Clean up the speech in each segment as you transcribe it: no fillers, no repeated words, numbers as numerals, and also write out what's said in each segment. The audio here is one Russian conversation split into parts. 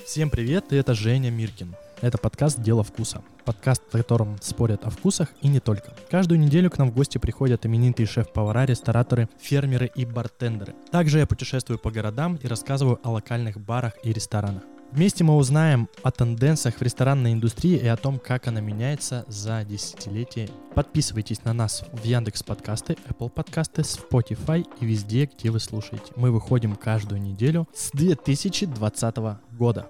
Всем привет, и это Женя Миркин. Это подкаст «Дело вкуса». Подкаст, в котором спорят о вкусах и не только. Каждую неделю к нам в гости приходят именитые шеф-повара, рестораторы, фермеры и бартендеры. Также я путешествую по городам и рассказываю о локальных барах и ресторанах. Вместе мы узнаем о тенденциях в ресторанной индустрии и о том, как она меняется за десятилетия. Подписывайтесь на нас в Яндекс.Подкасты, Apple Подкасты, Spotify и везде, где вы слушаете. Мы выходим каждую неделю с 2020 года.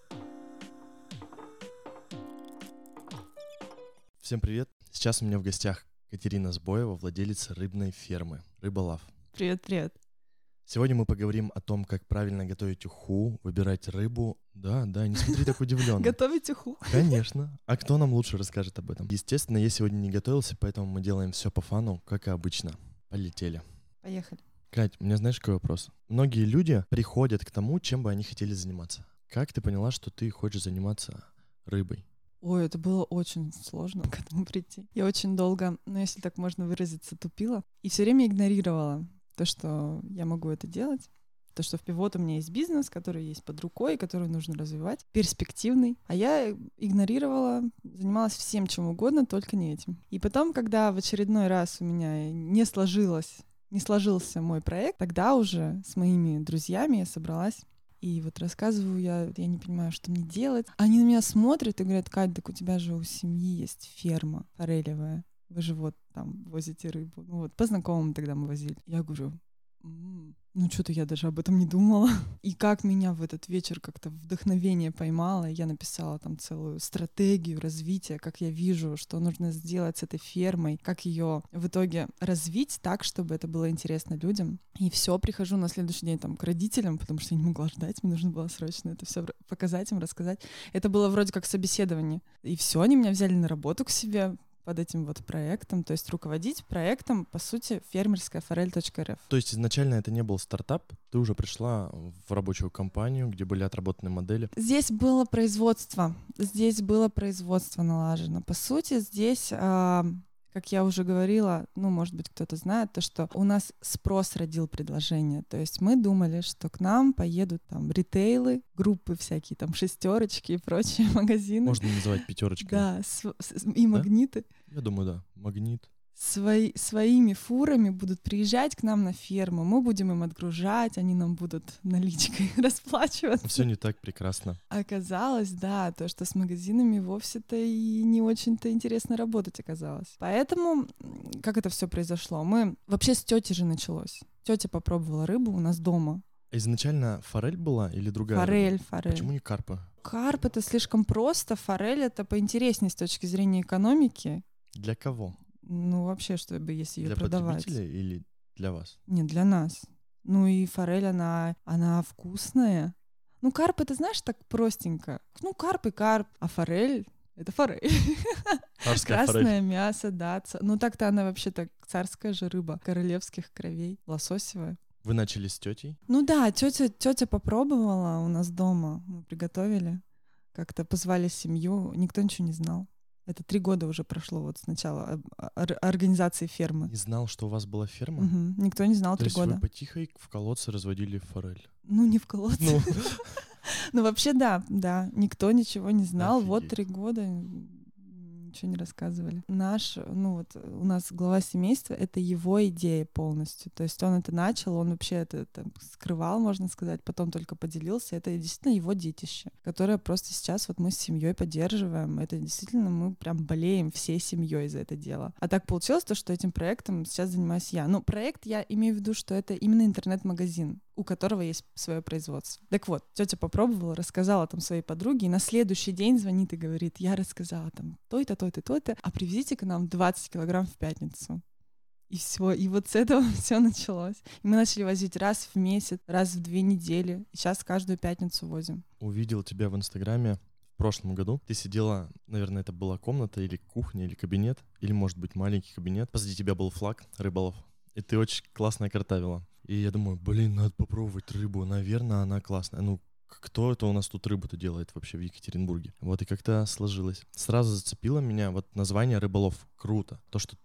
Всем привет! Сейчас у меня в гостях Катерина Збоева, владелица рыбной фермы «Рыболав». Привет-привет. Сегодня мы поговорим о том, как правильно готовить уху, выбирать рыбу. Да, не смотри так удивленно. Готовить уху? Конечно. А кто нам лучше расскажет об этом? Естественно, я сегодня не готовился, поэтому мы делаем все по фану, как и обычно. Полетели. Поехали. Кать, у меня знаешь какой вопрос? Многие люди приходят к тому, чем бы они хотели заниматься. Как ты поняла, что ты хочешь заниматься рыбой? Ой, это было очень сложно к этому прийти. Я очень долго, если так можно выразиться, тупила. И все время игнорировала то, что я могу это делать. То, что в Pivot у меня есть бизнес, который есть под рукой, который нужно развивать, перспективный. А я игнорировала, занималась всем чем угодно, только не этим. И потом, когда в очередной раз у меня не сложился мой проект, тогда уже с моими друзьями я собралась. И вот рассказываю я не понимаю, что мне делать. Они на меня смотрят и говорят: Кать, так у тебя же у семьи есть ферма форелевая. Вы же вот там возите рыбу. Ну вот, по знакомым тогда мы возили. Я говорю: что-то я даже об этом не думала. И как меня в этот вечер как-то вдохновение поймало, я написала там целую стратегию развития, как я вижу, что нужно сделать с этой фермой, как ее в итоге развить так, чтобы это было интересно людям. И все, прихожу на следующий день там к родителям, потому что я не могла ждать, мне нужно было срочно это все показать им, рассказать. Это было вроде как собеседование. И все, они меня взяли на работу к себе под этим вот проектом, то есть руководить проектом, по сути, фермерская форель.рф. То есть изначально это не был стартап, ты уже пришла в рабочую компанию, где были отработаны модели? Здесь было производство налажено. По сути, здесь, как я уже говорила, может быть, кто-то знает, то, что у нас спрос родил предложение. То есть мы думали, что к нам поедут там ритейлы, группы всякие, там шестерочки и прочие магазины. Можно называть пятерочками. Да, и магниты. Я думаю, да, магнит. Своими фурами будут приезжать к нам на ферму, мы будем им отгружать, они нам будут наличкой расплачиваться. Все не так прекрасно. Оказалось, да, то, что с магазинами вовсе-то и не очень-то интересно работать оказалось. Поэтому, как это все произошло? Вообще с тети же началось. Тетя попробовала рыбу у нас дома. Изначально форель была или другая? Форель. Почему не карпа? Карп — это слишком просто, форель — это поинтереснее с точки зрения экономики. Для кого? Вообще, чтобы если ее продавать. Для потребителя или для вас? Нет, для нас. И форель, она вкусная. Карп — это, знаешь, так простенько. Карп и карп, а форель — это форель. Царская Красное форель. мясо, да. Так-то она вообще-то царская же рыба, королевских кровей, лососевая. Вы начали с тетей? Да, тетя попробовала у нас дома, мы приготовили. Как-то позвали семью, никто ничего не знал. Это 3 года уже прошло вот с начала организации фермы. Не знал, что у вас была ферма? Угу. Никто не знал 3 года. То есть вы потихо в колодце разводили форель? Не в колодце. Вообще да. Никто ничего не знал. Офигеть. Вот 3 года ничего не рассказывали. У нас глава семейства, это его идея полностью. То есть он это начал, он вообще это скрывал, можно сказать, потом только поделился. Это действительно его детище, которое просто сейчас вот мы с семьей поддерживаем. Это действительно мы прям болеем всей семьей за это дело. А так получилось то, что этим проектом сейчас занимаюсь я. Проект я имею в виду, что это именно интернет-магазин, у которого есть свое производство. Так вот, тетя попробовала, рассказала там своей подруге, и на следующий день звонит и говорит: я рассказала там то-то, то-то, то-то, а привезите к нам 20 килограмм в пятницу. И все, и вот с этого все началось. И мы начали возить раз в месяц, раз в 2 недели. И сейчас каждую пятницу возим. Увидел тебя в Инстаграме в прошлом году. Ты сидела, наверное, это была комната или кухня, или кабинет, или, может быть, маленький кабинет. Позади тебя был флаг Рыболов. И ты очень классно картавила. И я думаю, надо попробовать рыбу. Наверное, она классная. Кто это у нас тут рыбу-то делает вообще в Екатеринбурге? Вот и как-то сложилось. Сразу зацепило меня вот название «Рыболов». Круто. То, что ты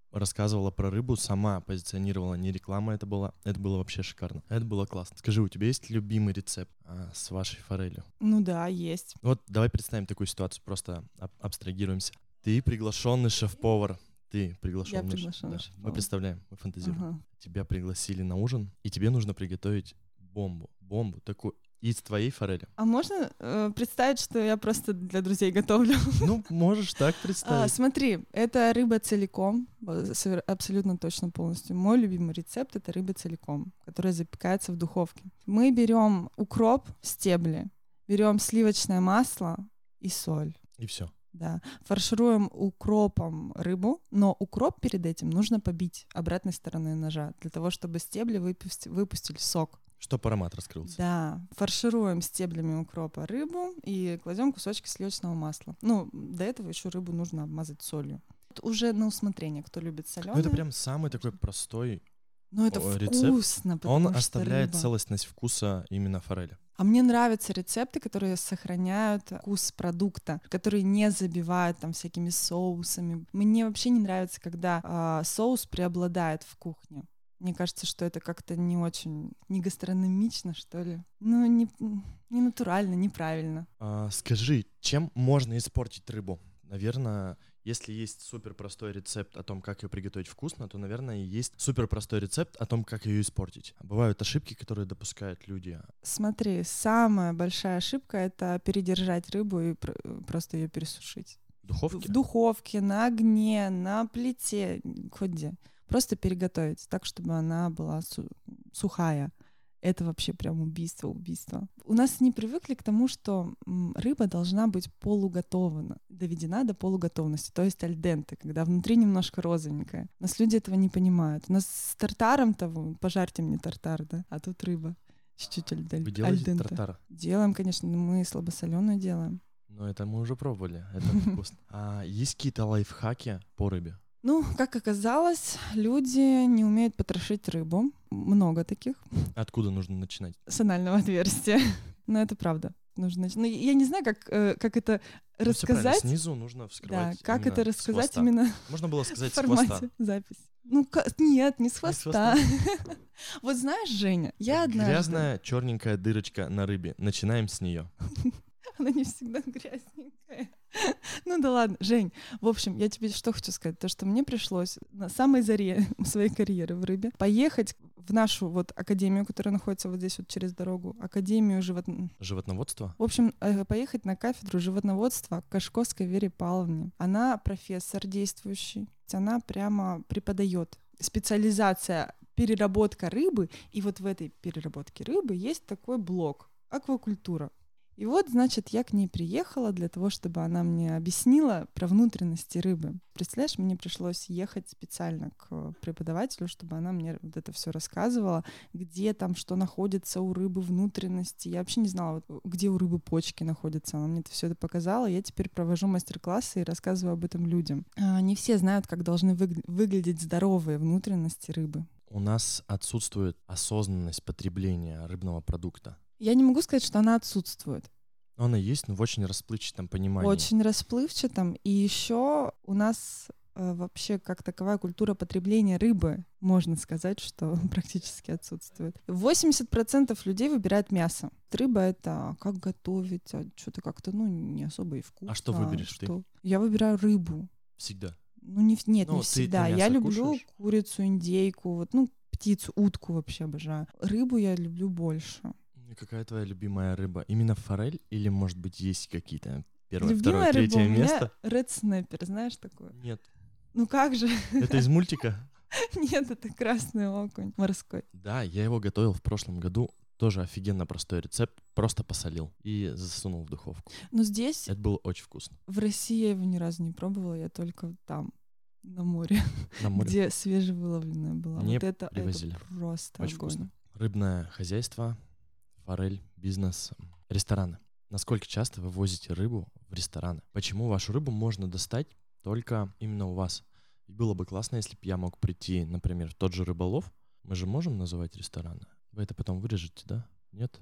рассказывала про рыбу, сама позиционировала, не реклама это было вообще шикарно. Это было классно. Скажи, у тебя есть любимый рецепт с вашей форелью? Ну да, есть. Вот давай представим такую ситуацию, просто абстрагируемся. Ты приглашенный шеф-повар. Ты приглашенный. Я приглашенный шеф-повар. Мы представляем, мы фантазируем. Ага. Тебя пригласили на ужин, и тебе нужно приготовить бомбу такую из твоей форели. А можно представить, что я просто для друзей готовлю? Ну, можешь так представить. Смотри, это рыба целиком, абсолютно точно полностью. Мой любимый рецепт — это рыба целиком, которая запекается в духовке. Мы берем укроп, стебли, берем сливочное масло и соль. И все. Да, фаршируем укропом рыбу, но укроп перед этим нужно побить обратной стороной ножа, для того, чтобы стебли выпустили сок. Чтоб аромат раскрылся. Да, фаршируем стеблями укропа рыбу и кладем кусочки сливочного масла. Ну, до этого еще рыбу нужно обмазать солью. Тут уже на усмотрение, кто любит соленое. Ну, это прям самый такой простой это рецепт. Вкусно, потому Он что оставляет рыба. Целостность вкуса именно форели. А мне нравятся рецепты, которые сохраняют вкус продукта, которые не забивают там всякими соусами. Мне вообще не нравится, когда соус преобладает в кухне. Мне кажется, что это как-то не очень, не гастрономично, что ли. Ну, не натурально, неправильно. Скажи, чем можно испортить рыбу? Наверное, если есть супер простой рецепт о том, как ее приготовить вкусно, то, наверное, и есть супер простой рецепт о том, как ее испортить. Бывают ошибки, которые допускают люди. Смотри, самая большая ошибка — это передержать рыбу и просто ее пересушить. В духовке? В духовке, на огне, на плите, хоть где. Просто переготовить так, чтобы она была сухая. Это вообще прям убийство. У нас не привыкли к тому, что рыба должна быть полуготована, доведена до полуготовности, то есть альденте, когда внутри немножко розовенькая. У нас люди этого не понимают. У нас с тартаром-то, пожарьте мне тартар, да, а тут рыба. Чуть-чуть альденте. Вы делаете тартар? Делаем, конечно, но мы слабосоленую делаем. Но это мы уже пробовали, это вкусно. А есть какие-то лайфхаки по рыбе? Ну, как оказалось, люди не умеют потрошить рыбу. Много таких. Откуда нужно начинать? С анального отверстия. Но это правда. Нужно начинать. Ну, я не знаю, как это рассказать. Снизу нужно вскрывать. Да, как это рассказать именно можно было сказать в формате с хвоста. запись. Ну, нет, не с хвоста. Вот знаешь, Женя, я однажды... Грязная черненькая дырочка на рыбе. Начинаем с нее. Она не всегда грязненькая. Ну да ладно, Жень. В общем, я тебе что хочу сказать. То, что мне пришлось на самой заре своей карьеры в рыбе поехать в нашу вот академию, которая находится вот здесь вот через дорогу, академию животноводства. В общем, поехать на кафедру животноводства к Кашковской Вере Павловне. Она профессор действующий. Она прямо преподает. Специализация переработка рыбы. И вот в этой переработке рыбы есть такой блок — аквакультура. И вот, значит, я к ней приехала для того, чтобы она мне объяснила про внутренности рыбы. Представляешь, мне пришлось ехать специально к преподавателю, чтобы она мне вот это все рассказывала, где там что находится у рыбы внутренности. Я вообще не знала, где у рыбы почки находятся. Она мне все это показала. Я теперь провожу мастер-классы и рассказываю об этом людям. Не все знают, как должны выглядеть здоровые внутренности рыбы. У нас отсутствует осознанность потребления рыбного продукта. Я не могу сказать, что она отсутствует. Она есть, но в очень расплывчатом понимании. Очень расплывчатом. И еще у нас вообще как таковая культура потребления рыбы, можно сказать, что практически отсутствует. 80% людей выбирают мясо. Рыба — это как готовить, а что-то как-то, не особо и вкусно. А что выберешь ты? Я выбираю рыбу. Всегда? Не всегда. Я люблю кушаешь? Курицу, индейку, птицу, утку вообще обожаю. Рыбу я люблю больше. Какая твоя любимая рыба? Именно форель или, может быть, есть какие-то первое, любимая второе, третье рыба место? У меня Red Snapper, знаешь такое? Нет. Ну как же? Это из мультика? Нет, это красный окунь морской. Да, я его готовил в прошлом году. Тоже офигенно простой рецепт. Просто посолил и засунул в духовку. Но здесь... Это было очень вкусно. В России я его ни разу не пробовала, я только там, на море, где свежевыловленная была. Мне вот это привозили. Просто очень огонь. Вкусно. Рыбное хозяйство, форель, бизнес, рестораны. Насколько часто вы возите рыбу в рестораны? Почему вашу рыбу можно достать только именно у вас? И было бы классно, если бы я мог прийти, например, в тот же Рыболов. Мы же можем называть рестораны? Вы это потом вырежете, да? Нет?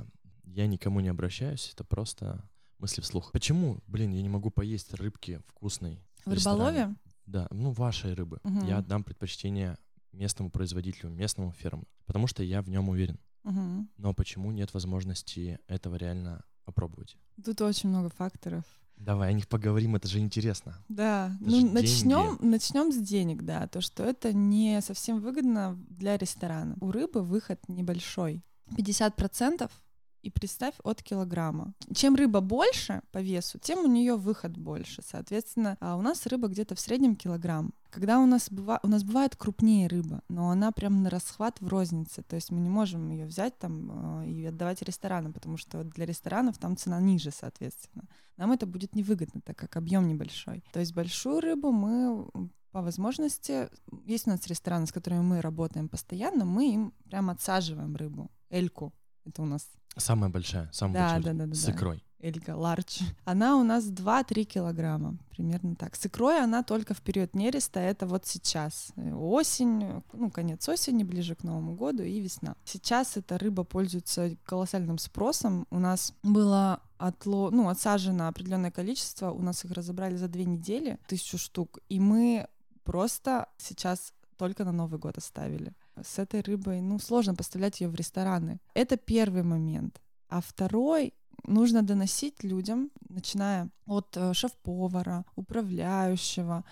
Я никому не обращаюсь, это просто мысли вслух. Почему, я не могу поесть рыбки вкусной в Рыболове? да, вашей рыбы, я отдам предпочтение местному производителю, местному фермеру, потому что я в нем уверен. Но почему нет возможности этого реально опробовать? Тут очень много факторов. Давай о них поговорим, это же интересно. Да, это же начнем с денег, да, то, что это не совсем выгодно для ресторана. У рыбы выход небольшой, 50%. И представь, от килограмма. Чем рыба больше по весу, тем у нее выход больше. Соответственно, у нас рыба где-то в среднем килограмм. Когда у нас бывает крупнее рыба, но она прям на расхват в рознице. То есть мы не можем ее взять там и отдавать ресторанам, потому что для ресторанов там цена ниже, соответственно. Нам это будет невыгодно, так как объем небольшой. То есть большую рыбу мы по возможности, есть у нас рестораны, с которыми мы работаем постоянно, мы им прям отсаживаем рыбу, эльку. Это у нас самая большая, самая большая, с икрой. Элька, ларч. Она у нас 2-3 килограмма, примерно так. С икрой она только в период нереста, это вот сейчас. Осень, конец осени, ближе к Новому году и весна. Сейчас эта рыба пользуется колоссальным спросом. У нас было отсажено определенное количество, у нас их разобрали за 2 недели, 1000 штук, и мы просто сейчас только на Новый год оставили. С этой рыбой, сложно поставлять ее в рестораны. Это первый момент. А второй, нужно доносить людям, начиная от шеф-повара, управляющего,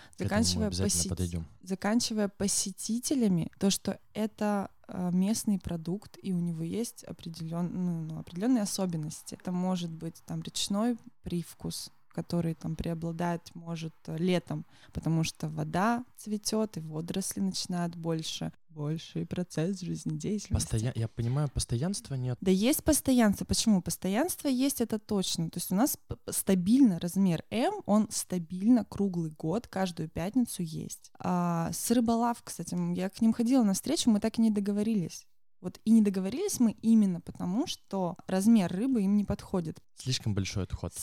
заканчивая посетителями, то, что это местный продукт, и у него есть определенные особенности. Это может быть там речной привкус, который там преобладает, может, летом, потому что вода цветет, и водоросли начинают больший процесс жизнедеятельности. Я понимаю, постоянства нет. Да есть постоянство. Почему? Постоянство есть, это точно. То есть у нас стабильно размер М, он стабильно круглый год, каждую пятницу есть. С рыболав, кстати, я к ним ходила на встречу, мы так и не договорились. И не договорились мы именно потому, что размер рыбы им не подходит. Слишком большой отход.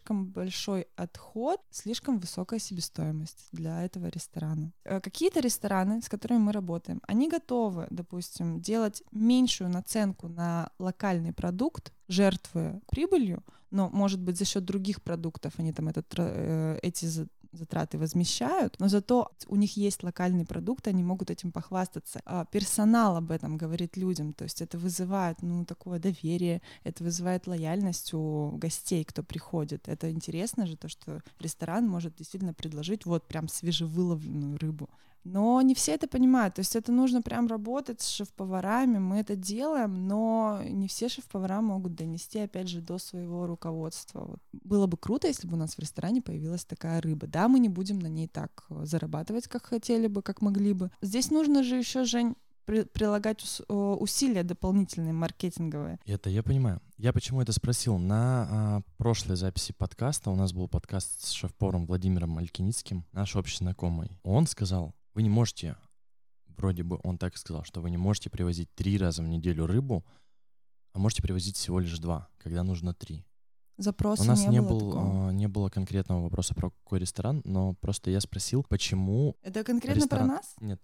Слишком высокая себестоимость для этого ресторана. Какие-то рестораны, с которыми мы работаем, они готовы, допустим, делать меньшую наценку на локальный продукт, жертвуя прибылью, но, может быть, за счет других продуктов они там эти затраты возмещают, но зато у них есть локальный продукт, они могут этим похвастаться. Персонал об этом говорит людям, то есть это вызывает такое доверие, это вызывает лояльность у гостей, кто приходит. Это интересно же, то, что ресторан может действительно предложить вот прям свежевыловленную рыбу. Но не все это понимают, то есть это нужно прям работать с шеф-поварами, мы это делаем, но не все шеф-повара могут донести, опять же, до своего руководства. Было бы круто, если бы у нас в ресторане появилась такая рыба. Да, мы не будем на ней так зарабатывать, как хотели бы, как могли бы. Здесь нужно же еще, Жень, прилагать усилия дополнительные, маркетинговые. Это я понимаю. Я почему это спросил? На прошлой записи подкаста, у нас был подкаст с шеф-поваром Владимиром Алькиницким, наш общий знакомый. Он сказал, вы не можете, вроде бы он так сказал, что вы не можете привозить 3 раза в неделю рыбу, а можете привозить всего лишь 2, когда нужно 3. Запроса у нас не было конкретного вопроса про какой ресторан, но просто я спросил, почему... Это конкретно про нас? Нет.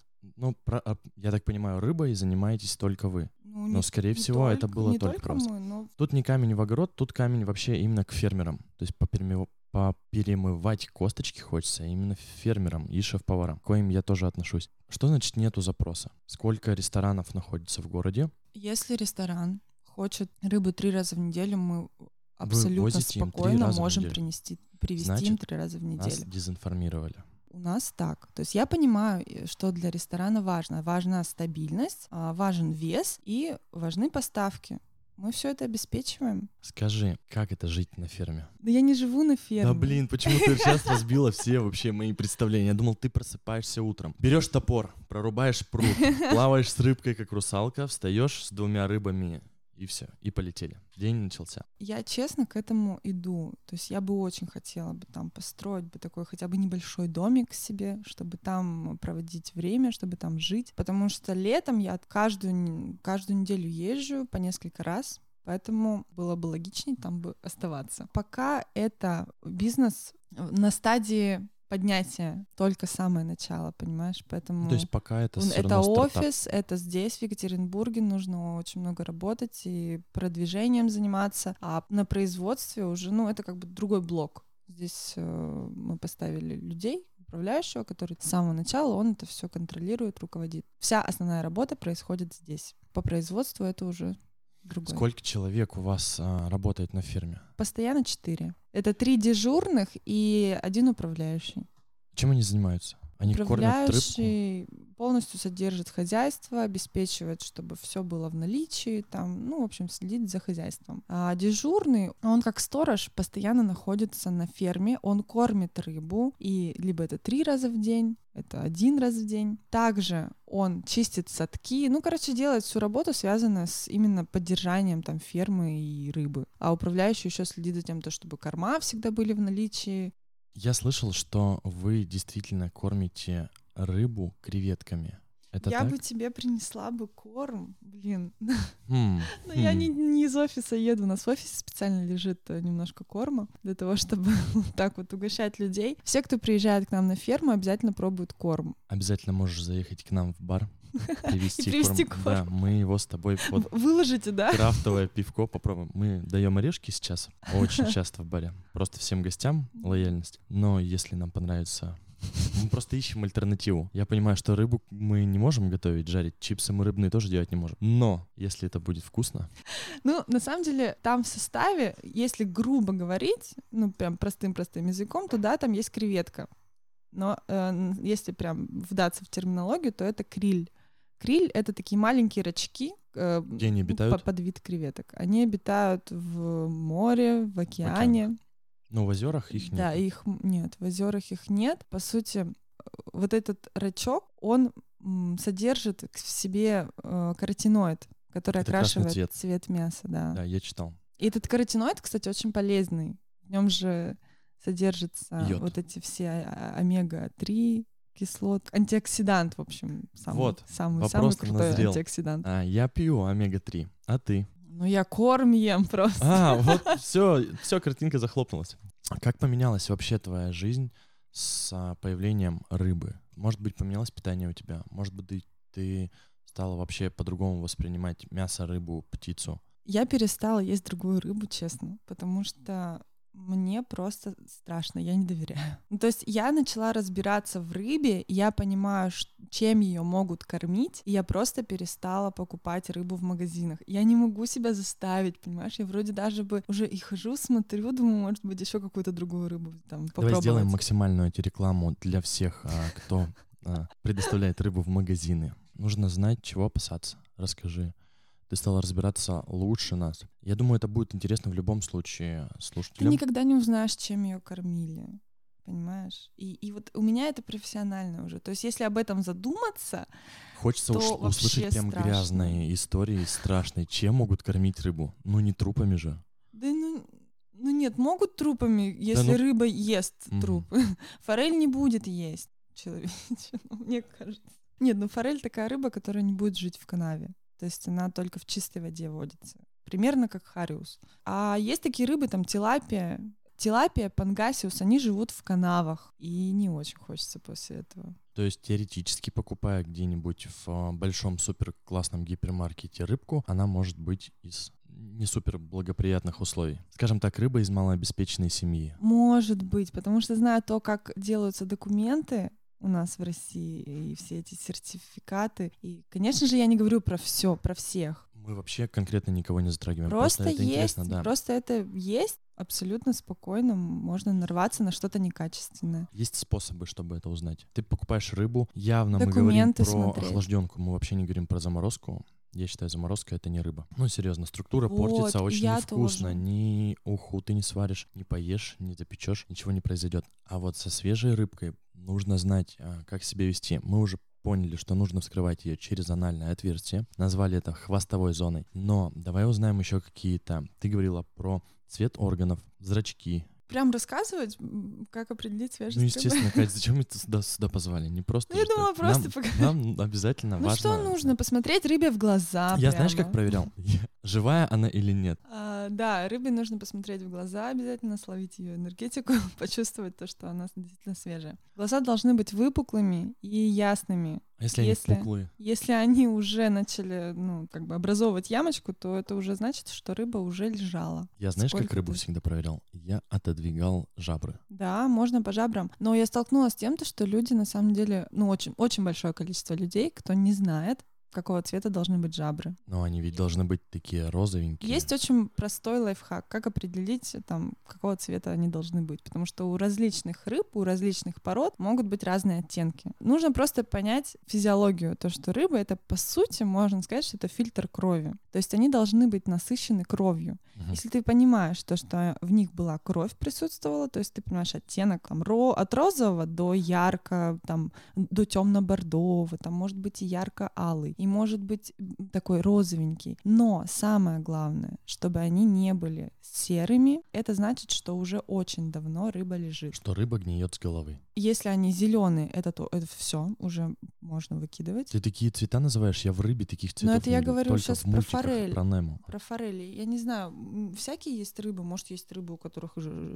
Я так понимаю, рыбой занимаетесь только вы. Но, скорее всего, это было только просто. Тут не камень в огород, тут камень вообще именно к фермерам. То есть поперемывать косточки хочется именно фермерам и шеф-поварам, к коим я тоже отношусь. Что значит нету запроса? Сколько ресторанов находится в городе? Если ресторан хочет рыбу 3 раза в неделю, мы абсолютно спокойно можем привезти им 3 раза в неделю. Нас дезинформировали. У нас так. То есть я понимаю, что для ресторана важно. Важна стабильность, важен вес и важны поставки. Мы все это обеспечиваем. Скажи, как это жить на ферме? Да я не живу на ферме. Да блин, почему ты сейчас разбила все вообще мои представления? Я думал, ты просыпаешься утром, берешь топор, прорубаешь пруд, плаваешь с рыбкой, как русалка, встаешь с 2 рыбами, и все, и полетели. День начался. Я честно к этому иду. То есть я бы очень хотела бы там построить бы такой хотя бы небольшой домик себе, чтобы там проводить время, чтобы там жить. Потому что летом я каждую неделю езжу по несколько раз, поэтому было бы логичнее там бы оставаться. Пока это бизнес на стадии поднятие, только самое начало, понимаешь, поэтому... То есть пока это все это равно стартап. офис, это здесь, в Екатеринбурге, нужно очень много работать и продвижением заниматься, а на производстве уже, это как бы другой блок. Здесь мы поставили людей, управляющего, который с самого начала, он это все контролирует, руководит. Вся основная работа происходит здесь. По производству это уже другое. Сколько человек у вас работает на ферме? Постоянно 4. Это 3 дежурных и 1 управляющий. Чем они занимаются? Они кормят рыбку? Управляющий полностью содержит хозяйство, обеспечивает, чтобы все было в наличии, там, в общем, следит за хозяйством. А дежурный, он как сторож постоянно находится на ферме, он кормит рыбу, и либо это 3 раза в день, это 1 раз в день. Также он чистит садки, делает всю работу, связанную с именно поддержанием там фермы и рыбы. А управляющий еще следит за тем, чтобы корма всегда были в наличии. Я слышал, что вы действительно кормите рыбу креветками. Это я так? бы тебе принесла бы корм, блин. Но я не из офиса еду, у нас в офисе специально лежит немножко корма для того, чтобы так вот угощать людей. Все, кто приезжает к нам на ферму, обязательно пробуют корм. Обязательно можешь заехать к нам в бар, привезти корм. корм. Да, мы его с тобой под Выложите, да? крафтовое пивко попробуем. Мы даем орешки сейчас очень часто в баре. Просто всем гостям лояльность. Но если нам понравится... Мы просто ищем альтернативу. Я понимаю, что рыбу мы не можем готовить, жарить. Чипсы мы рыбные тоже делать не можем. Но если это будет вкусно... На самом деле, там в составе, если грубо говорить, прям простым языком, то да, там есть креветка. Но если прям вдаться в терминологию, то это криль. Криль — это такие маленькие рачки, где они обитают? Подвид креветок. Они обитают в море, в океане. В озерах их нет? Да, их нет, в озерах их нет. По сути, вот этот рачок, он содержит в себе каротиноид, который окрашивает цвет мяса. Да, я читал. И этот каротиноид, кстати, очень полезный. В нем же содержатся йод. Вот эти все омега-3 кислот, антиоксидант, в общем, самый крутой антиоксидант. Я пью омега-3, а ты? Я корм ем просто. Вот все, картинка захлопнулась. Как поменялась вообще твоя жизнь с появлением рыбы? Может быть, поменялось питание у тебя? Может быть, ты стала вообще по-другому воспринимать мясо, рыбу, птицу? Я перестала есть другую рыбу, честно, потому что мне просто страшно, я не доверяю. То есть я начала разбираться в рыбе, я понимаю, чем ее могут кормить, и я просто перестала покупать рыбу в магазинах. Я не могу себя заставить, понимаешь? Я вроде даже бы уже и хожу, смотрю, думаю, может быть, еще какую-то другую рыбу там попробовать. Давай сделаем максимальную рекламу для всех, кто предоставляет рыбу в магазины. Нужно знать, чего опасаться. Расскажи. Ты стала разбираться лучше нас. Я думаю, это будет интересно в любом случае слушателям. Ты никогда не узнаешь, чем ее кормили, понимаешь? И вот у меня это профессионально уже. То есть если об этом задуматься, хочется то услышать прям страшно. грязные истории, страшные. Чем могут кормить рыбу? Не трупами же. Да нет, могут трупами, если рыба ест трупы. Форель не будет есть человечину, мне кажется. Нет, форель такая рыба, которая не будет жить в канаве. То есть она только в чистой воде водится. Примерно как хариус. А есть такие рыбы, там тилапия, пангасиус, они живут в канавах. И не очень хочется после этого. То есть теоретически, покупая где-нибудь в большом супер-классном гипермаркете рыбку, она может быть из не супер благоприятных условий. Скажем так, рыба из малообеспеченной семьи. Может быть, потому что зная то, как делаются документы у нас в России, и все эти сертификаты. И, конечно же, я не говорю про все, про всех. Мы вообще конкретно никого не затрагиваем. Просто это есть, интересно, да. Просто это есть. Абсолютно спокойно можно нарваться на что-то некачественное. Есть способы, чтобы это узнать. Ты покупаешь рыбу, явно документы мы говорим про смотреть. охлажденку, мы вообще не говорим про заморозку. Я считаю, заморозка — это не рыба. Серьезно, структура портится очень невкусно. Ты не сваришь, не поешь, не запечешь, ничего не произойдет. А вот со свежей рыбкой нужно знать, как себя вести. Мы уже поняли, что нужно вскрывать ее через анальное отверстие. Назвали это хвостовой зоной. Но давай узнаем еще какие-то. Ты говорила про цвет органов, зрачки. Прям рассказывать, как определить свежесть рыбы? Естественно, Кать, зачем мы сюда позвали? Не просто. Я думала, просто нам обязательно важно. Что нужно? Посмотреть рыбе в глаза. Я знаешь, как проверял? Живая она или нет? Да, рыбе нужно посмотреть в глаза обязательно, словить ее энергетику, почувствовать то, что она действительно свежая. Глаза должны быть выпуклыми и ясными. А если они впуклые? Если они уже начали, образовывать ямочку, то это уже значит, что рыба уже лежала. Я знаешь, как рыбу всегда проверял? Я отодвигал жабры. Да, можно по жабрам. Но я столкнулась с тем, что люди на самом деле, очень, очень большое количество людей, кто не знает, какого цвета должны быть жабры. Но они ведь должны быть такие розовенькие. Есть очень простой лайфхак, как определить, какого цвета они должны быть. Потому что у различных рыб, у различных пород могут быть разные оттенки. Нужно просто понять физиологию. То, что рыба — это, по сути, можно сказать, что это фильтр крови. То есть они должны быть насыщены кровью. Если ты понимаешь, что в них была кровь присутствовала, то есть ты понимаешь оттенок от розового до ярко, до темно-бордового, может быть и ярко-алый, и может быть такой розовенький. Но самое главное, чтобы они не были серыми, это значит, что уже очень давно рыба лежит. Что рыба гниет с головы. Если они зеленые, это все уже можно выкидывать. Ты такие цвета называешь? Я в рыбе таких цветов Но это я не говорю только сейчас в мультиках, про форель. Про Немо. Про форели. Я не знаю, всякие есть рыбы. Может, есть рыбы, у которых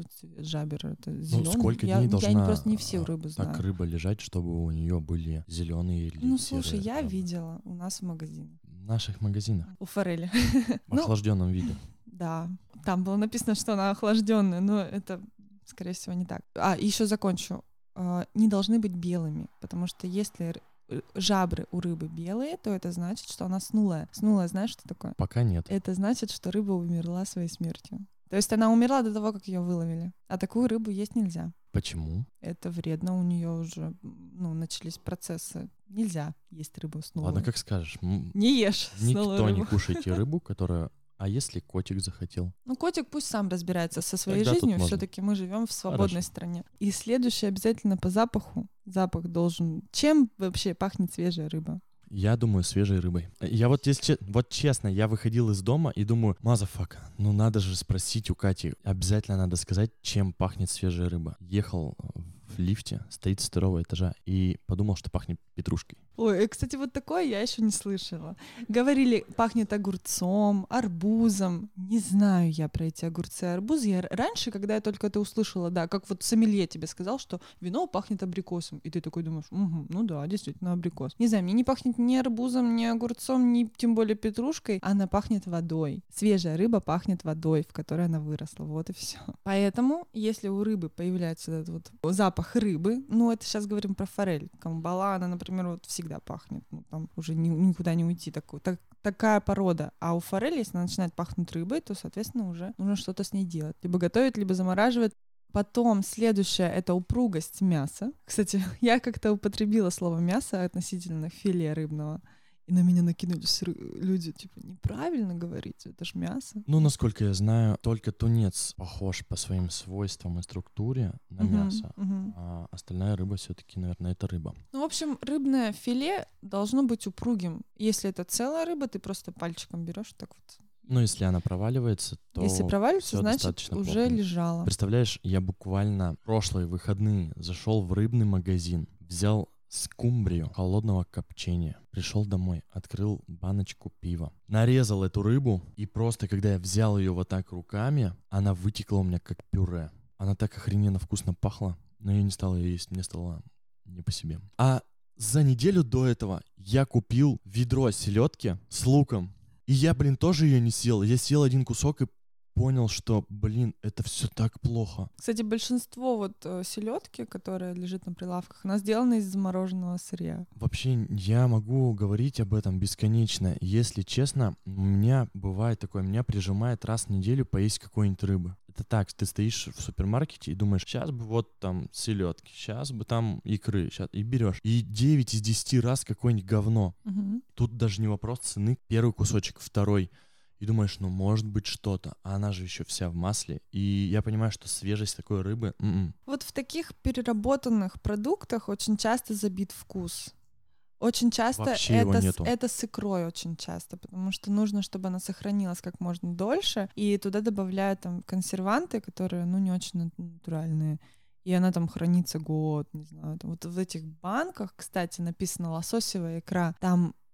жабер это зеленый. Сколько дней должна я просто не все рыбы знаю. так рыба лежать, чтобы у нее были зеленые или серые? Слушай, я видела у нас в магазине. В наших магазинах? У форели. В охлажденном виде. Да. Там было написано, что она охлажденная, но это, скорее всего, не так. Еще закончу. Не должны быть белыми, потому что если жабры у рыбы белые, то это значит, что она снулая. Снулая, знаешь, что такое? Пока нет. Это значит, что рыба умерла своей смертью. То есть она умерла до того, как ее выловили. А такую рыбу есть нельзя. Почему? Это вредно, у нее уже начались процессы. Нельзя есть рыбу снулую. Ладно, как скажешь. Не ешь снулую Никто рыбу. не кушайте рыбу, которая... А если котик захотел? Котик пусть сам разбирается со своей Тогда жизнью. тут Все-таки мы живем в свободной Хорошо. стране. И следующее обязательно по запаху. Запах должен... Чем вообще пахнет свежая рыба? Я думаю, свежей рыбой. Я вот честно, я выходил из дома и думаю, мазафак, надо же спросить у Кати. Обязательно надо сказать, чем пахнет свежая рыба. Ехал в лифте с 32 этажа и подумал, что пахнет петрушкой. Ой, кстати, вот такое я еще не слышала. Говорили, пахнет огурцом, арбузом. Не знаю я про эти огурцы и арбузы. Я раньше, когда я только это услышала, да, как вот сомелье тебе сказал, что вино пахнет абрикосом. И ты такой думаешь, да, действительно абрикос. Не знаю, мне не пахнет ни арбузом, ни огурцом, ни тем более петрушкой. Она пахнет водой. Свежая рыба пахнет водой, в которой она выросла. Вот и все. Поэтому, если у рыбы появляется этот вот запах рыбы, это сейчас говорим про форель. Камбала, она, например, вот всегда пахнет. Там уже никуда не уйти. Такая порода. А у форели, если она начинает пахнуть рыбой, то, соответственно, уже нужно что-то с ней делать. Либо готовить, либо замораживать. Потом следующее — это упругость мяса. Кстати, я как-то употребила слово «мясо» относительно филе рыбного. И на меня накинулись люди, неправильно говорить, это ж мясо. Насколько я знаю, только тунец похож по своим свойствам и структуре на мясо, а остальная рыба все-таки, наверное, это рыба. В общем, рыбное филе должно быть упругим. Если это целая рыба, ты просто пальчиком берешь так вот. Если она проваливается, то если проваливается, значит, уже лежала. Представляешь, я буквально прошлые выходные зашел в рыбный магазин, взял скумбрию холодного копчения. Пришел домой, открыл баночку пива, нарезал эту рыбу, и просто, когда я взял ее вот так руками, она вытекла у меня как пюре. Она так охрененно вкусно пахла, но я не стал ее есть, мне стало не по себе. А за неделю до этого я купил ведро селедки с луком, и я, тоже ее не съел. Я съел один кусок и понял, что, это все так плохо. Кстати, большинство селедки, которая лежит на прилавках, она сделана из замороженного сырья. Вообще, я могу говорить об этом бесконечно. Если честно, у меня бывает такое, меня прижимает раз в неделю поесть какой-нибудь рыбы. Это так, ты стоишь в супермаркете и думаешь, сейчас бы вот там селедки, сейчас бы там икры, сейчас и берешь. И 9 из 10 раз какое-нибудь говно. Угу. Тут даже не вопрос цены. Первый кусочек, второй. И думаешь, может быть что-то, а она же еще вся в масле. И я понимаю, что свежесть такой рыбы... Вот в таких переработанных продуктах очень часто забит вкус. Очень часто это с икрой очень часто, потому что нужно, чтобы она сохранилась как можно дольше, и туда добавляют консерванты, которые, не очень натуральные. И она там хранится год, не знаю. Вот в этих банках, кстати, написано лососевая икра, там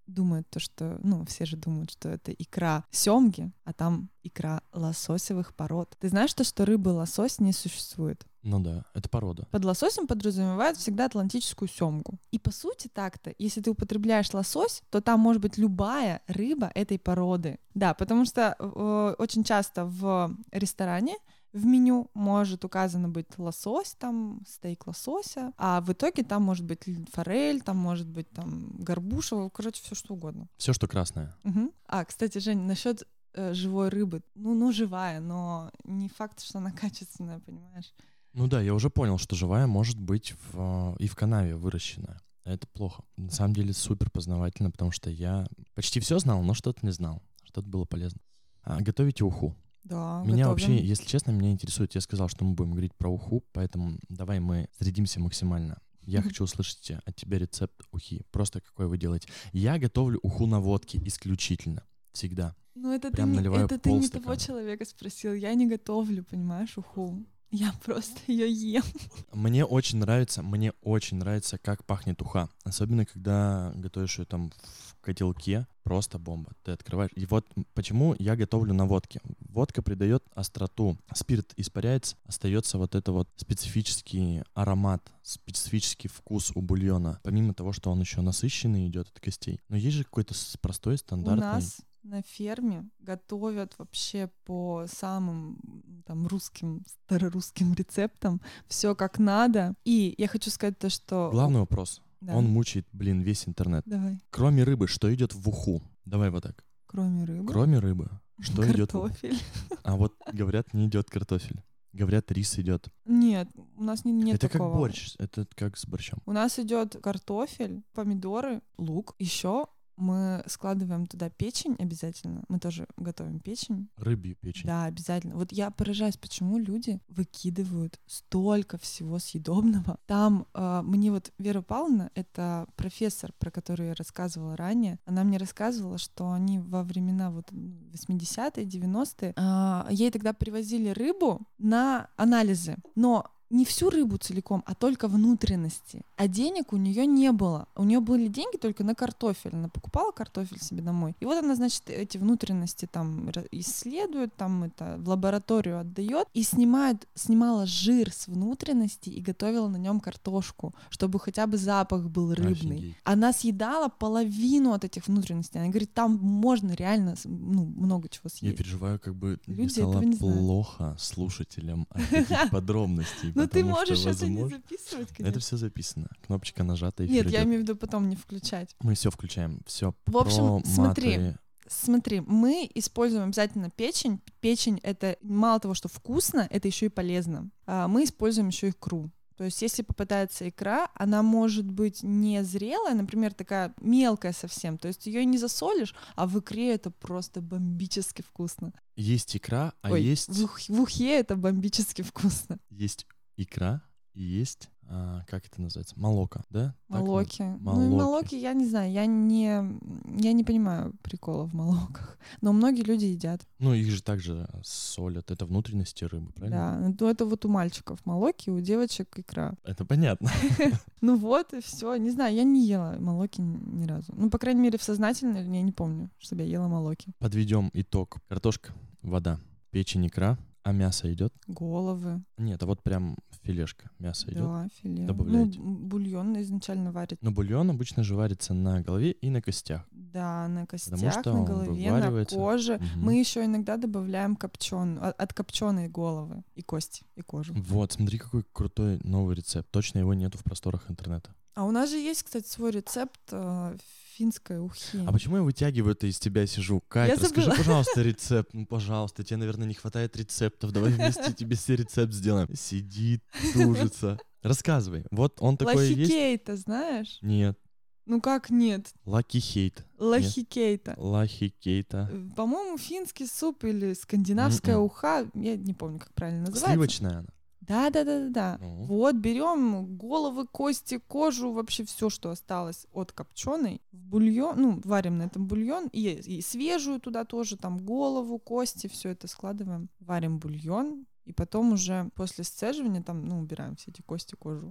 думают то, что, все же думают, что это икра сёмги, а там икра лососевых пород. Ты знаешь, что рыбы лосось не существует? Ну да, это порода. Под лососем подразумевают всегда атлантическую сёмгу. И по сути так-то, если ты употребляешь лосось, то там может быть любая рыба этой породы. Да, потому что очень часто в ресторане в меню может указано быть лосось, там стейк лосося, а в итоге там может быть форель, там может быть там горбуша, короче, все что угодно. Все, что красное. Угу. Кстати, Жень, насчет живой рыбы, живая, но не факт, что она качественная, понимаешь? Ну да, я уже понял, что живая может быть и в канаве выращенная. Это плохо. На самом деле супер познавательно, потому что я почти все знал, но что-то не знал. Что-то было полезно. Готовите уху. Да, Меня готовим. вообще, если честно, меня интересует. Я сказал, что мы будем говорить про уху, поэтому давай мы зарядимся максимально. Я хочу услышать от тебя рецепт ухи. Просто какой вы делаете. Я готовлю уху на водке исключительно. Всегда. Ну это прям наливаю ты не того человека спросил. Я не готовлю, понимаешь, уху. Я просто ее ем. Мне очень нравится, как пахнет уха. Особенно, когда готовишь ее там в котелке. Просто бомба. Ты открываешь. И вот почему я готовлю на водке. Водка придает остроту. Спирт испаряется, остается вот это вот специфический аромат, специфический вкус у бульона. Помимо того, что он еще насыщенный идет от костей. Но есть же какой-то простой, стандартный. У нас на ферме готовят вообще по самым там русским, старорусским рецептам, все как надо. И я хочу сказать то, что... Главный вопрос. Да. Он мучает, весь интернет. Давай. Кроме рыбы, что идет в уху? Давай вот так. Кроме рыбы? Кроме рыбы. Что идет в уху? Картофель. А вот говорят, не идет картофель. Говорят, рис идет. Нет, у нас нет это такого. Это как борщ, это как с борщом. У нас идет картофель, помидоры, лук. Еще мы складываем туда печень обязательно. Мы тоже готовим печень. Рыбью печень. Да, обязательно. Вот я поражаюсь, почему люди выкидывают столько всего съедобного. Там мне вот Вера Павловна, это профессор, про которую я рассказывала ранее, она мне рассказывала, что они во времена вот 80-е, 90-е, ей тогда привозили рыбу на анализы. Но не всю рыбу целиком, а только внутренности. А денег у нее не было. У нее были деньги только на картофель. Она покупала картофель себе домой. И вот она, значит, эти внутренности там исследует, там это в лабораторию отдает и снимала жир с внутренностей и готовила на нем картошку, чтобы хотя бы запах был рыбный. Офигеть. Она съедала половину от этих внутренностей. Она говорит, там можно реально много чего съесть. Я переживаю, как бы Люди не стало не плохо слушателям от таких подробностей. Ну ты потому можешь что, это не возможно, записывать, конечно. Это все записано. Кнопочка нажата, эфир Нет, идет. я имею в виду потом не включать. Мы все включаем. Все В общем, про смотри, мы используем обязательно печень. Печень — это мало того, что вкусно, это еще и полезно. Мы используем еще икру. То есть если попадается икра, она может быть не зрелая, например, такая мелкая совсем. То есть ее не засолишь, а в икре это просто бомбически вкусно. Есть икра, а Ой, есть... в ухе это бомбически вкусно. Есть икра и есть, как это называется, молока, да? Молоки. Молоки. Молоки, я не знаю, я не понимаю прикола в молоках. Но многие люди едят. Ну, их же также солят. Это внутренности рыбы, правильно? Да, ну это вот у мальчиков молоки, у девочек икра. Это понятно. Ну вот и все. Не знаю, я не ела молоки ни разу. Ну, по крайней мере, в сознательном я не помню, чтобы я ела молоки. Подведем итог. Картошка, вода, печень, икра. А мясо идет? Головы. Нет, а вот прям филешка. Мясо идет? Да, филе. Добавляете? Ну, бульон изначально варит. Но бульон обычно же варится на голове и на костях. Да, на костях, что на он голове, на вываривается. коже. Мгм. Мы еще иногда добавляем откопченые головы и кости, и кожу. Вот, смотри, какой крутой новый рецепт. Точно его нету в просторах интернета. А у нас же есть, кстати, свой рецепт финской ухи. А почему я вытягиваю это из тебя сижу? Кать, Я расскажи, забыла. пожалуйста, рецепт. Ну, пожалуйста, тебе, наверное, не хватает рецептов. Давай вместе тебе все рецепт сделаем. Сидит, тужится. Рассказывай. Вот он такой есть? Лахикейта, знаешь? Нет. Ну как нет? Лаки хейт. Лахикейта. Лахикейта. По-моему, финский суп или скандинавская Мгм. уха, я не помню, как правильно называется. Сливочная она. Да. Ну. Вот берем головы, кости, кожу, вообще все, что осталось от копченой, в бульон, варим на этом бульон и свежую туда тоже, там голову, кости, все это складываем, варим бульон И потом уже после сцеживания там, убираем все эти кости, кожу.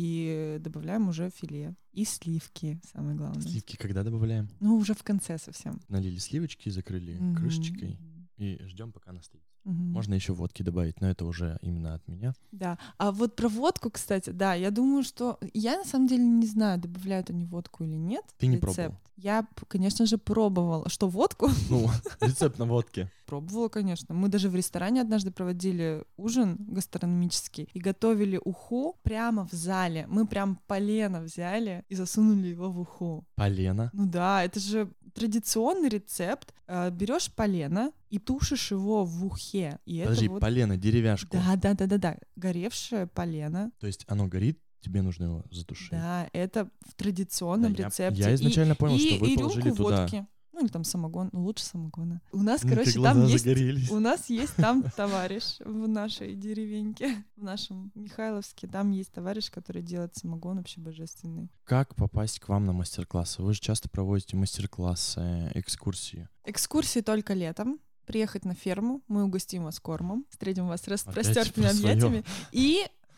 И добавляем уже филе. И сливки, самое главное. Сливки когда добавляем? Уже в конце совсем. Налили сливочки, закрыли крышечкой и ждем, пока настоится. Мгм. Можно еще водки добавить, но это уже именно от меня. Да. А вот про водку, кстати, да, я думаю, что... Я на самом деле не знаю, добавляют они водку или нет. Ты не рецепт. пробовал? Я, конечно же, пробовала. Что, водку? Ну, рецепт на водке. Пробовала, конечно. Мы даже в ресторане однажды проводили ужин гастрономический и готовили уху прямо в зале. Мы прям полено взяли и засунули его в уху. Полено. Ну да, это же традиционный рецепт. Берешь полено и тушишь его в ухе. И Подожди, это вот... полено, деревяшку. Да. Горевшее полено. То есть оно горит, тебе нужно его затушить. Да, это в традиционном Да, рецепте. я изначально понял, что вы и положили рюмку туда. водки. Или там самогон, лучше самогона. У нас, Как короче, глаза там есть... загорелись. У нас есть там товарищ в нашей деревеньке, в нашем Михайловске. Там есть товарищ, который делает самогон вообще божественный. Как попасть к вам на мастер-классы? Вы же часто проводите мастер-классы, экскурсии. Экскурсии только летом. Приехать на ферму, мы угостим вас кормом, встретим вас Опять распростертыми про своё. объятиями и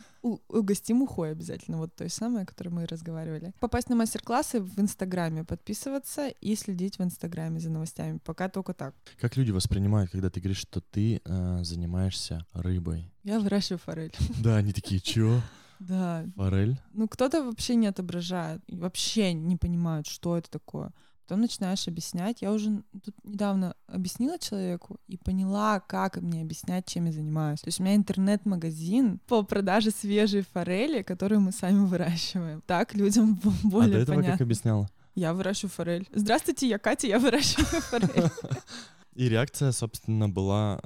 угостим ухой обязательно, вот той самой, о которой мы разговаривали. Попасть на мастер-классы в Инстаграме, подписываться и следить в Инстаграме за новостями. Пока только так. Как люди воспринимают, когда ты говоришь, что ты занимаешься рыбой? Я выращиваю форель. Да, они такие, чё? Да. Форель? Кто-то вообще не отображает, и вообще не понимают, что это такое. Потом начинаешь объяснять. Я уже тут недавно объяснила человеку и поняла, как мне объяснять, чем я занимаюсь. То есть у меня интернет-магазин по продаже свежей форели, которую мы сами выращиваем. Так людям более до этого понятно. как объясняла? Я выращиваю форель. Здравствуйте, я Катя, я выращиваю форель. И реакция, собственно, была...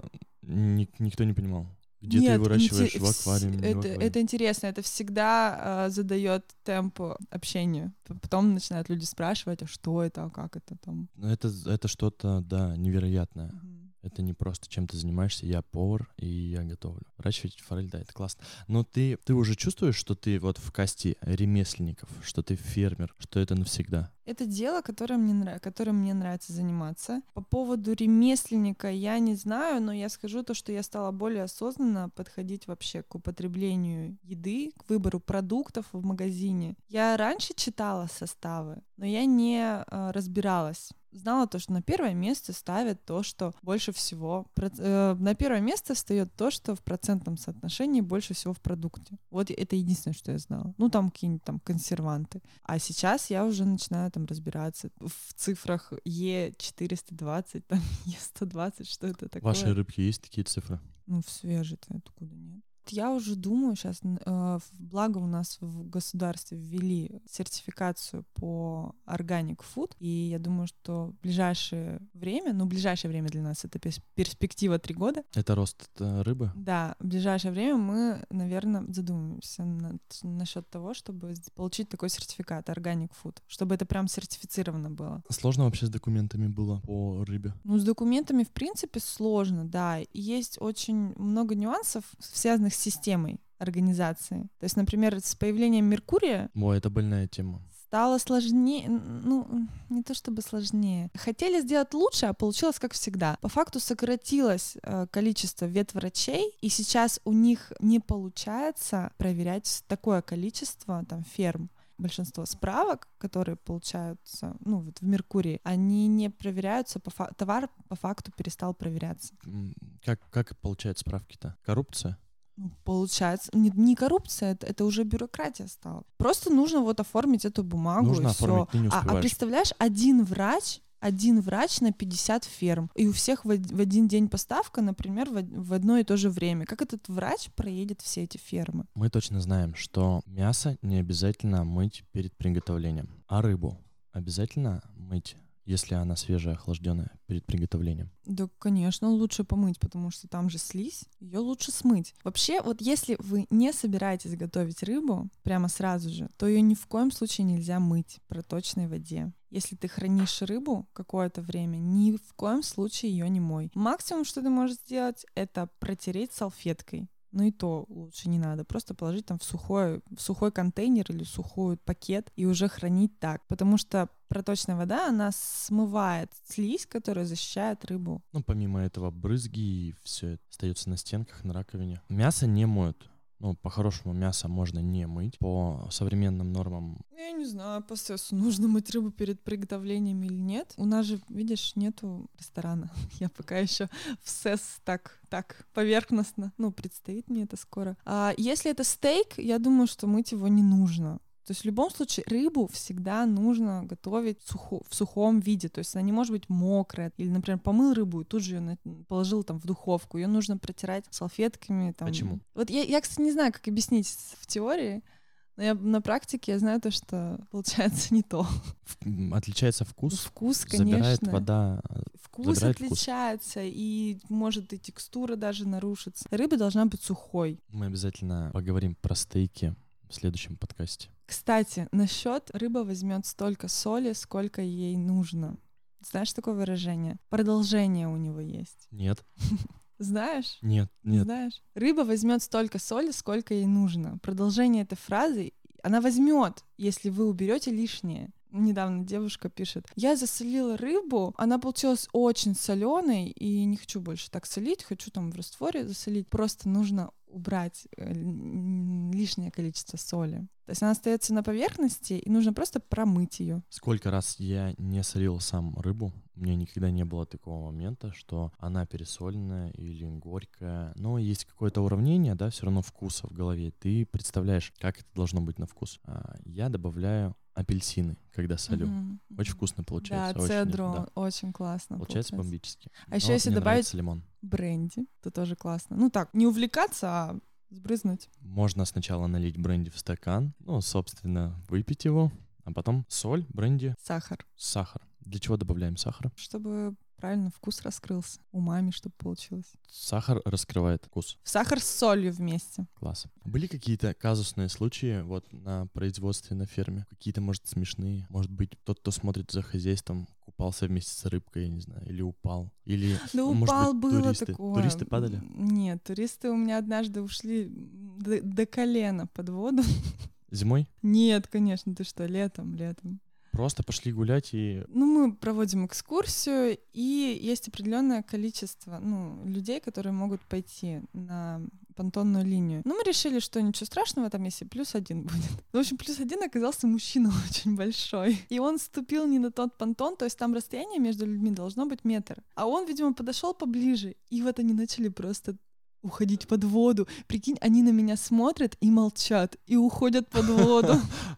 Никто не понимал. Где ты Нет, выращиваешь, в аквариуме, не в аквариуме? это интересно, это всегда задает темп общению. Потом начинают люди спрашивать, а что это, а как это там. Это что-то, да, невероятное. Мгм. Это не просто чем ты занимаешься. Я повар, и я готовлю. Выращивать форель, да, это классно. Но ты уже чувствуешь, что ты вот в касте ремесленников, что ты фермер, что это навсегда? Это дело, которым мне нравится заниматься. По поводу ремесленника я не знаю, но я скажу то, что я стала более осознанно подходить вообще к употреблению еды, к выбору продуктов в магазине. Я раньше читала составы, но я не разбиралась. Знала то, что на первое место ставят то, что больше всего... На первое место встает то, что в процентном соотношении больше всего в продукте. Вот это единственное, что я знала. Ну, там какие-нибудь там консерванты. А сейчас я уже начинаю там разбираться в цифрах Е420, там Е120, что это такое. В вашей рыбке есть такие цифры? Ну, в свежей-то откуда нет? Я уже думаю, сейчас, благо у нас в государстве ввели сертификацию по Organic Food, и я думаю, что в ближайшее время для нас это перспектива 3 года. Это рост рыбы? Да, в ближайшее время мы, наверное, задумаемся насчет того, чтобы получить такой сертификат Organic Food, чтобы это прям сертифицировано было. Сложно вообще с документами было по рыбе? Ну, с документами, в принципе, сложно, да. И есть очень много нюансов, связанных с системой организации. То есть, например, с появлением Меркурия Ой, это больная тема. стало сложнее, ну, не то чтобы сложнее. Хотели сделать лучше, а получилось как всегда. По факту сократилось количество ветврачей, и сейчас у них не получается проверять такое количество там ферм. Большинство справок, которые получаются, вот в Меркурии, они не проверяются, товар по факту перестал проверяться. Как получают справки-то? Коррупция? Получается, не коррупция, это уже бюрократия стала. Просто нужно вот оформить эту бумагу, Нужно и оформить, всё. ты не А успеваешь. представляешь, один врач на 50 ферм, и у всех в один день поставка, например, в одно и то же время. Как этот врач проедет все эти фермы? Мы точно знаем, что мясо не обязательно мыть перед приготовлением, а рыбу обязательно мыть, если она свежая, охлажденная, перед приготовлением. Да, конечно, лучше помыть, потому что там же слизь, ее лучше смыть. Вообще, вот если вы не собираетесь готовить рыбу прямо сразу же, то ее ни в коем случае нельзя мыть в проточной воде. Если ты хранишь рыбу какое-то время, ни в коем случае ее не мой. Максимум, что ты можешь сделать, это протереть салфеткой. Ну и то лучше не надо. Просто положить там в сухой контейнер или сухой пакет и уже хранить так. Потому что Проточная вода, она смывает слизь, которая защищает рыбу. Ну, помимо этого, брызги и все остается на стенках, на раковине. Мясо не моют. Ну, по-хорошему, мясо можно не мыть. По современным нормам. Я не знаю, по СЭСу нужно мыть рыбу перед приготовлением или нет. У нас же, видишь, нету ресторана. Я пока еще в СЭС так поверхностно. Ну, предстоит мне это скоро. А если это стейк, я думаю, что мыть его не нужно. То есть в любом случае рыбу всегда нужно готовить в сухом виде. То есть она не может быть мокрая. Или, например, помыл рыбу и тут же ее положил там в духовку. Ее нужно протирать салфетками. Там. Почему? Вот я, кстати, не знаю, как объяснить в теории. Но на практике я знаю то, что получается не то. Отличается вкус? Вкус, конечно. Забирает вода. Вкус забирает отличается, и может и текстура даже нарушится. Рыба должна быть сухой. Мы обязательно поговорим про стейки в следующем подкасте. Кстати, насчет рыба возьмет столько соли, сколько ей нужно. Знаешь такое выражение? Продолжение у него есть. Нет. Знаешь? Нет. Знаешь? Рыба возьмет столько соли, сколько ей нужно. Продолжение этой фразы она возьмет, если вы уберете лишнее. Недавно девушка пишет: я засолила рыбу, она получилась очень соленой, и не хочу больше так солить, хочу там в растворе засолить. Просто нужно убрать лишнее количество соли. То есть она остается на поверхности, и нужно просто промыть ее. Сколько раз я не солил сам рыбу, у меня никогда не было такого момента, что она пересоленная или горькая. Но есть какое-то уравнение, да, все равно вкуса в голове. Ты представляешь, как это должно быть на вкус. Я добавляю апельсины, когда солю. Очень вкусно получается. Да, цедру очень классно. Получается бомбически. А еще если добавить лимон. Бренди, то тоже классно. Ну так, не увлекаться, а сбрызнуть. Можно сначала налить бренди в стакан, ну, собственно, выпить его, а потом соль, бренди, сахар. Для чего добавляем сахар? Чтобы правильно вкус раскрылся. Умами, чтобы получилось. Сахар раскрывает вкус. Сахар с солью вместе. Класс. Были какие-то казусные случаи вот на производстве, на ферме? Какие-то, может, смешные? Может быть, тот, кто смотрит за хозяйством, купался вместе с рыбкой, я не знаю, или упал? Или, да может упал, быть, было туристы? такое. Туристы падали? Нет, туристы у меня однажды ушли до колена под воду. Зимой? Нет, конечно, ты что, летом. Просто пошли гулять и... Ну, мы проводим экскурсию, и есть определенное количество людей, которые могут пойти на понтонную линию. Ну, мы решили, что ничего страшного там, если +1 будет. В общем, +1 оказался мужчина очень большой. И он ступил не на тот понтон, то есть там расстояние между людьми должно быть 1 метр. А он, видимо, подошел поближе, и вот они начали просто уходить под воду. Прикинь, они на меня смотрят и молчат, и уходят под воду.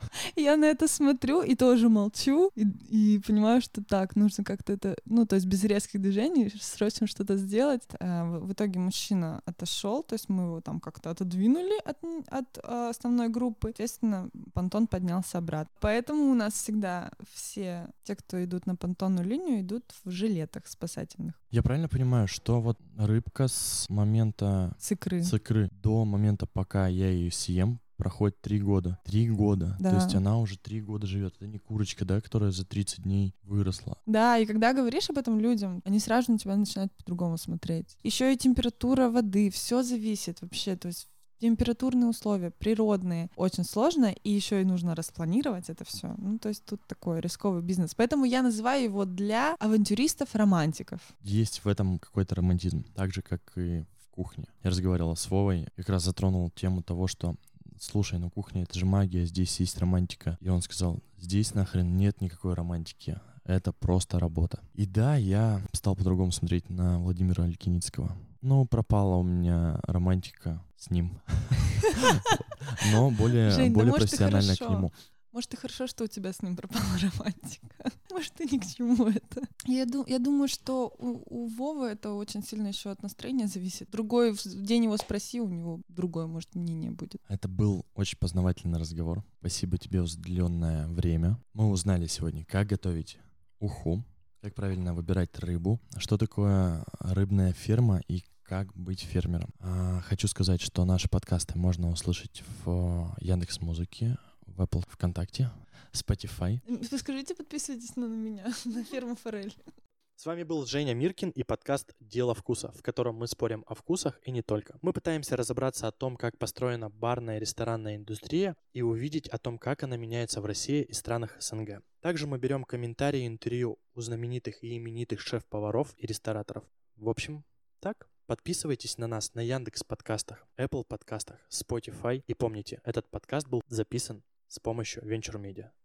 Я на это смотрю и тоже молчу, и понимаю, что так, нужно как-то это, то есть без резких движений, срочно что-то сделать. В итоге мужчина отошел, то есть мы его там как-то отодвинули от основной группы. Естественно, понтон поднялся обратно. Поэтому у нас всегда все те, кто идут на понтонную линию, идут в жилетах спасательных. Я правильно понимаю, что вот рыбка с момента с икры до момента, пока я ее съем, проходит 3 года. 3 года. Да. То есть она уже 3 года живет. Это не курочка, да, которая за 30 дней выросла. Да, и когда говоришь об этом людям, они сразу на тебя начинают по-другому смотреть. Еще и температура воды, все зависит вообще. То есть температурные условия, природные, очень сложно, и еще и нужно распланировать это все. То есть тут такой рисковый бизнес. Поэтому я называю его для авантюристов-романтиков. Есть в этом какой-то романтизм, так же, как и в кухне. Я разговаривал с Вовой, как раз затронул тему того, что слушай, кухня — это же магия, здесь есть романтика. И он сказал: здесь нахрен нет никакой романтики. Это просто работа. И да, я стал по-другому смотреть на Владимира Алькиницкого. Пропала у меня романтика с ним. Но более профессионально к нему. Может, и хорошо, что у тебя с ним пропала романтика. Может, и ни к чему это. Я думаю, что у Вовы это очень сильно еще от настроения зависит. Другой день его спроси, у него другое, может, мнение будет. Это был очень познавательный разговор. Спасибо тебе за уделенное время. Мы узнали сегодня, как готовить уху, как правильно выбирать рыбу, что такое рыбная ферма и как быть фермером. Хочу сказать, что наши подкасты можно услышать в Яндекс.Музыке, в Apple, ВКонтакте, Spotify. Вы скажите, подписывайтесь на меня, на ферму Форель. С вами был Женя Миркин и подкаст «Дело вкуса», в котором мы спорим о вкусах и не только. Мы пытаемся разобраться о том, как построена барная и ресторанная индустрия, и увидеть о том, как она меняется в России и странах СНГ. Также мы берем комментарии и интервью у знаменитых и именитых шеф-поваров и рестораторов. В общем, так. Подписывайтесь на нас на Яндекс.Подкастах, Apple подкастах, Spotify. И помните, этот подкаст был записан с помощью Venture Media.